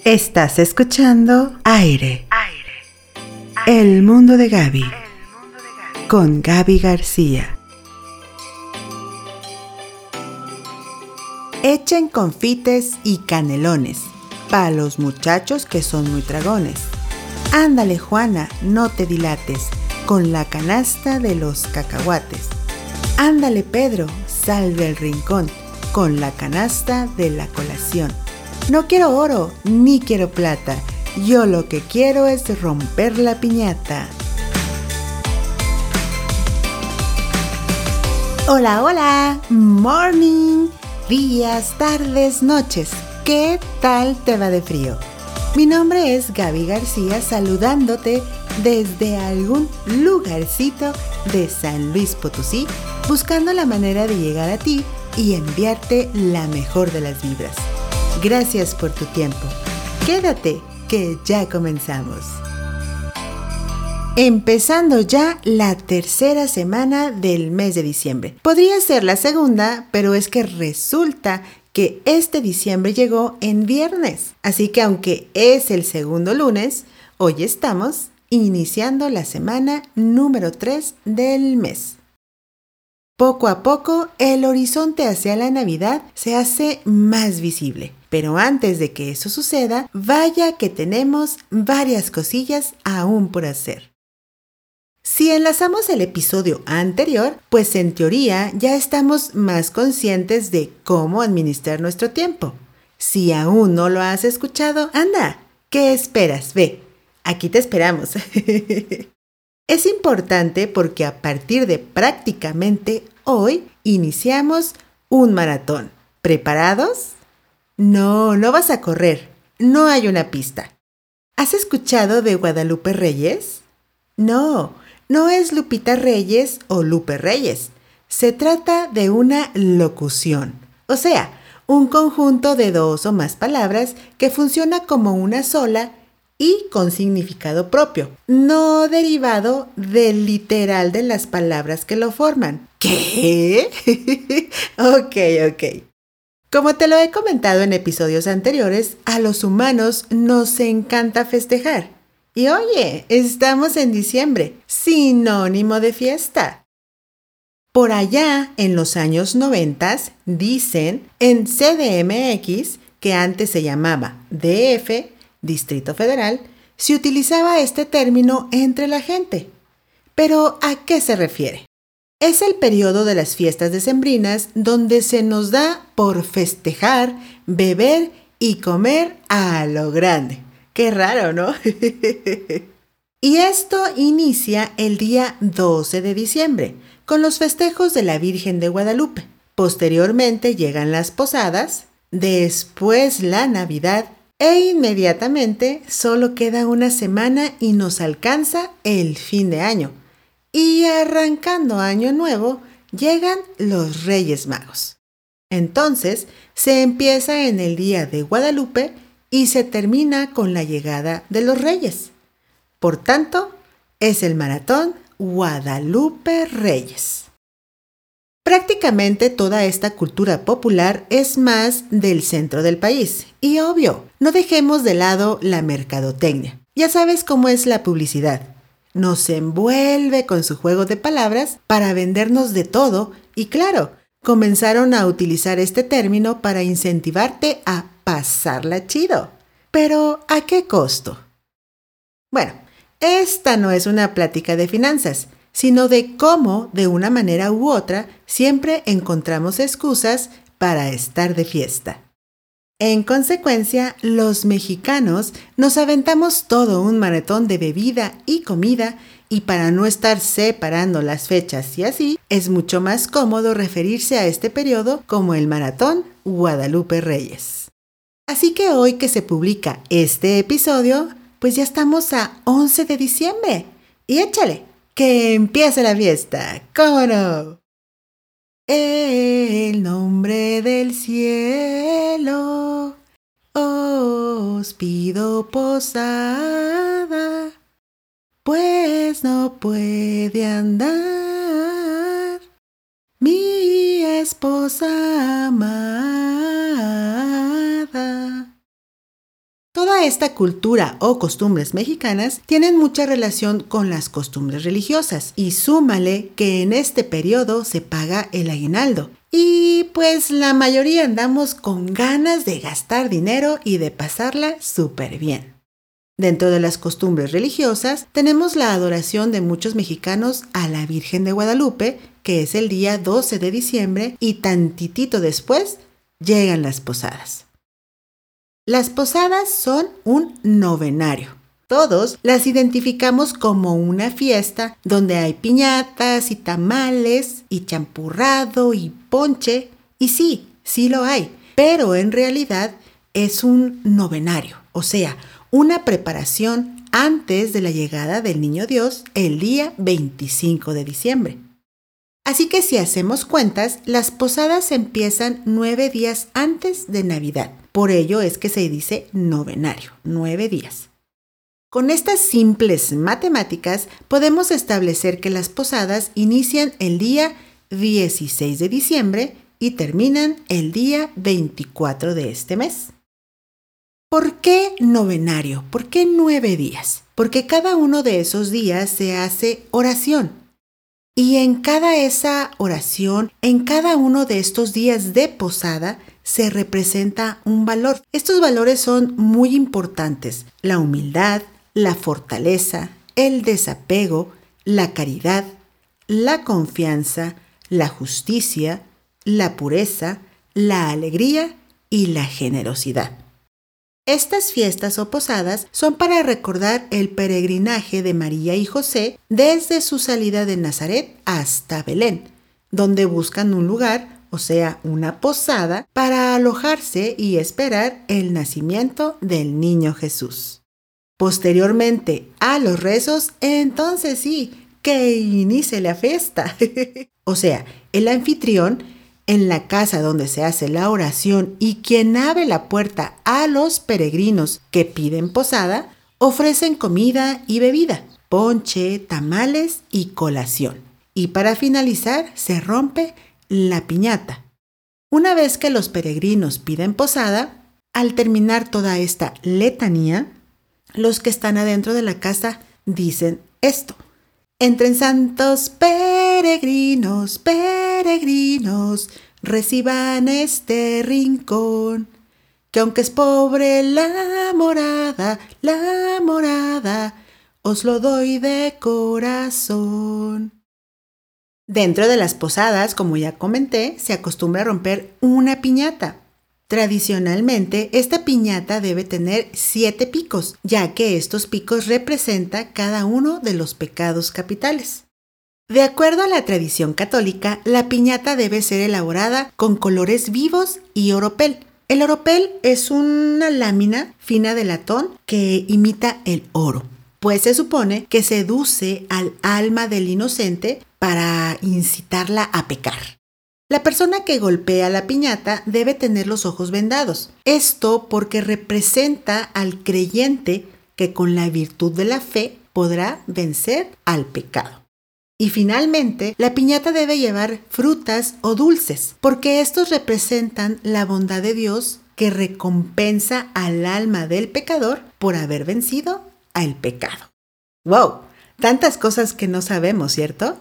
Estás escuchando Aire. El mundo de Gaby. Con Gaby García. Echen confites y canelones para los muchachos que son muy tragones. Ándale, Juana, no te dilates con la canasta de los cacahuates. Ándale, Pedro, sal del rincón con la canasta de la colación. No quiero oro, ni quiero plata. Yo lo que quiero es romper la piñata. Hola, hola, morning, días, tardes, noches. ¿Qué tal te va de frío? Mi nombre es Gaby García, saludándote desde algún lugarcito de San Luis Potosí, buscando la manera de llegar a ti y enviarte la mejor de las vibras. Gracias por tu tiempo. Quédate, que ya comenzamos. Empezando ya la tercera semana del mes de diciembre. Podría ser la segunda, pero es que resulta que este diciembre llegó en viernes. Así que aunque es el segundo lunes, hoy estamos iniciando la semana número 3 del mes. Poco a poco, el horizonte hacia la Navidad se hace más visible. Pero antes de que eso suceda, vaya que tenemos varias cosillas aún por hacer. Si enlazamos el episodio anterior, pues en teoría ya estamos más conscientes de cómo administrar nuestro tiempo. Si aún no lo has escuchado, anda, ¿qué esperas? Ve, aquí te esperamos. Es importante porque a partir de prácticamente hoy iniciamos un maratón. ¿Preparados? No vas a correr. No hay una pista. ¿Has escuchado de Guadalupe Reyes? No es Lupita Reyes o Lupe Reyes. Se trata de una locución, o sea, un conjunto de dos o más palabras que funciona como una sola y con significado propio, no derivado del literal de las palabras que lo forman. ¿Qué? Ok. Como te lo he comentado en episodios anteriores, a los humanos nos encanta festejar. Y oye, estamos en diciembre, sinónimo de fiesta. Por allá, en los años 90, dicen en CDMX, que antes se llamaba DF, Distrito Federal, se utilizaba este término entre la gente. ¿Pero a qué se refiere? Es el periodo de las fiestas decembrinas donde se nos da por festejar, beber y comer a lo grande. Qué raro, ¿no? Y esto inicia el día 12 de diciembre, con los festejos de la Virgen de Guadalupe. Posteriormente llegan las posadas, después la Navidad e inmediatamente solo queda una semana y nos alcanza el fin de año. Y arrancando año nuevo, llegan los Reyes Magos. Entonces, se empieza en el día de Guadalupe y se termina con la llegada de los Reyes. Por tanto, es el maratón Guadalupe Reyes. Prácticamente toda esta cultura popular es más del centro del país. Y obvio, no dejemos de lado la mercadotecnia. Ya sabes cómo es la publicidad. Nos envuelve con su juego de palabras para vendernos de todo y claro, comenzaron a utilizar este término para incentivarte a pasarla chido. Pero, ¿a qué costo? Bueno, esta no es una plática de finanzas, sino de cómo, de una manera u otra, siempre encontramos excusas para estar de fiesta. En consecuencia, los mexicanos nos aventamos todo un maratón de bebida y comida y para no estar separando las fechas y así, es mucho más cómodo referirse a este periodo como el maratón Guadalupe Reyes. Así que hoy que se publica este episodio, pues ya estamos a 11 de diciembre. Y échale, que empiece la fiesta, ¿cómo no? El nombre del cielo, os pido posada, pues no puede andar mi esposa amada. Toda esta cultura o costumbres mexicanas tienen mucha relación con las costumbres religiosas y súmale que en este periodo se paga el aguinaldo. Y pues la mayoría andamos con ganas de gastar dinero y de pasarla súper bien. Dentro de las costumbres religiosas tenemos la adoración de muchos mexicanos a la Virgen de Guadalupe, que es el día 12 de diciembre y tantitito después llegan las posadas. Las posadas son un novenario. Todos las identificamos como una fiesta donde hay piñatas y tamales y champurrado y ponche. Y sí lo hay, pero en realidad es un novenario, o sea, una preparación antes de la llegada del Niño Dios el día 25 de diciembre. Así que si hacemos cuentas, las posadas empiezan 9 días antes de Navidad. Por ello es que se dice novenario, 9 días. Con estas simples matemáticas podemos establecer que las posadas inician el día 16 de diciembre y terminan el día 24 de este mes. ¿Por qué novenario? ¿Por qué 9 días? Porque cada uno de esos días se hace oración. Y en cada esa oración, en cada uno de estos días de posada, se representa un valor. Estos valores son muy importantes: la humildad, la fortaleza, el desapego, la caridad, la confianza, la justicia, la pureza, la alegría y la generosidad. Estas fiestas o posadas son para recordar el peregrinaje de María y José desde su salida de Nazaret hasta Belén, donde buscan un lugar, o sea, una posada, para alojarse y esperar el nacimiento del niño Jesús. Posteriormente a los rezos, entonces sí, que inicie la fiesta. O sea, el anfitrión en la casa donde se hace la oración y quien abre la puerta a los peregrinos que piden posada, ofrecen comida y bebida, ponche, tamales y colación. Y para finalizar, se rompe la piñata. Una vez que los peregrinos piden posada, al terminar toda esta letanía, los que están adentro de la casa dicen esto: entren santos peregrinos, peregrinos, reciban este rincón, que aunque es pobre la morada, os lo doy de corazón. Dentro de las posadas, como ya comenté, se acostumbra a romper una piñata. Tradicionalmente, esta piñata debe tener 7 picos, ya que estos picos representan cada uno de los pecados capitales. De acuerdo a la tradición católica, la piñata debe ser elaborada con colores vivos y oropel. El oropel es una lámina fina de latón que imita el oro, pues se supone que seduce al alma del inocente para incitarla a pecar. La persona que golpea la piñata debe tener los ojos vendados. Esto porque representa al creyente que con la virtud de la fe podrá vencer al pecado. Y finalmente, la piñata debe llevar frutas o dulces, porque estos representan la bondad de Dios que recompensa al alma del pecador por haber vencido al pecado. ¡Wow! Tantas cosas que no sabemos, ¿cierto?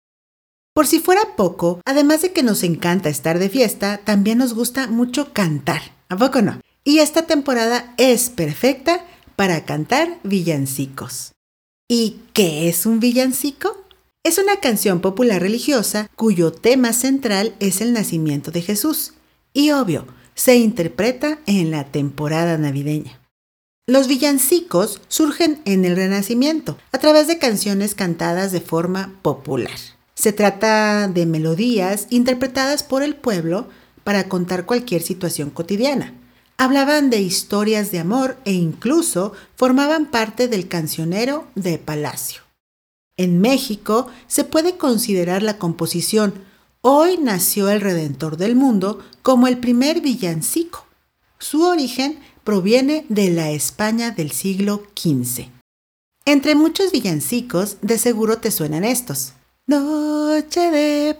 Por si fuera poco, además de que nos encanta estar de fiesta, también nos gusta mucho cantar. ¿A poco no? Y esta temporada es perfecta para cantar villancicos. ¿Y qué es un villancico? Es una canción popular religiosa cuyo tema central es el nacimiento de Jesús. Y obvio, se interpreta en la temporada navideña. Los villancicos surgen en el Renacimiento a través de canciones cantadas de forma popular. Se trata de melodías interpretadas por el pueblo para contar cualquier situación cotidiana. Hablaban de historias de amor e incluso formaban parte del cancionero de palacio. En México se puede considerar la composición "Hoy nació el Redentor del mundo" como el primer villancico. Su origen proviene de la España del siglo XV. Entre muchos villancicos, de seguro te suenan estos. Noche de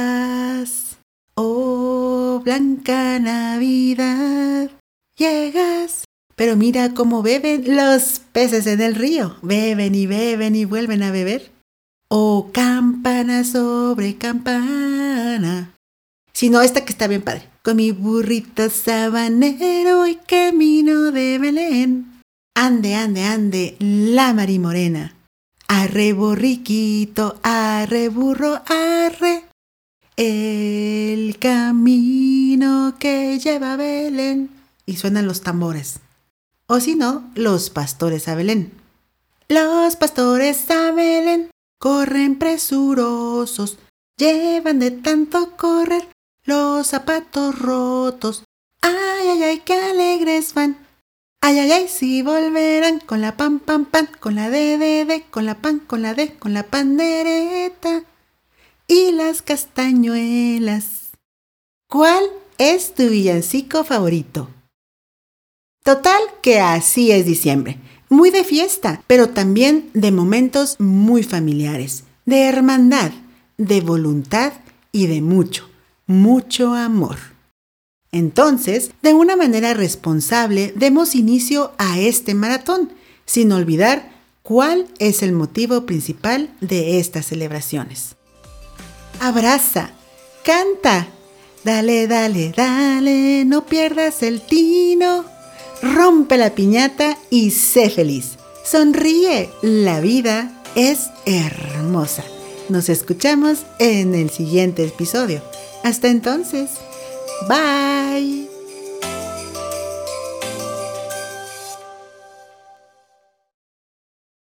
paz, oh blanca Navidad, llegas, Pero mira cómo beben los peces en el río. Beben y vuelven a beber. Oh, campana sobre campana. Si no, esta que está bien padre. Con mi burrito sabanero y camino de Belén. Ande, ande, ande, la marimorena. Arre, borriquito, arre, burro, arre. El camino que lleva a Belén. Y suenan los tambores. O si no, los pastores a Belén. Los pastores a Belén corren presurosos. Llevan de tanto correr los zapatos rotos. Ay, ay, ay, qué alegres van. Ay, ay, ay, si volverán con la pan, pan, pan, con la de, con la pan, con la de, con la pandereta y las castañuelas. ¿Cuál es tu villancico favorito? Total que así es diciembre. Muy de fiesta, pero también de momentos muy familiares, de hermandad, de voluntad y de mucho, mucho amor. Entonces, de una manera responsable, demos inicio a este maratón, sin olvidar cuál es el motivo principal de estas celebraciones. Abraza, canta, dale, dale, dale, no pierdas el tino, rompe la piñata y sé feliz. Sonríe, la vida es hermosa. Nos escuchamos en el siguiente episodio. Hasta entonces. Bye.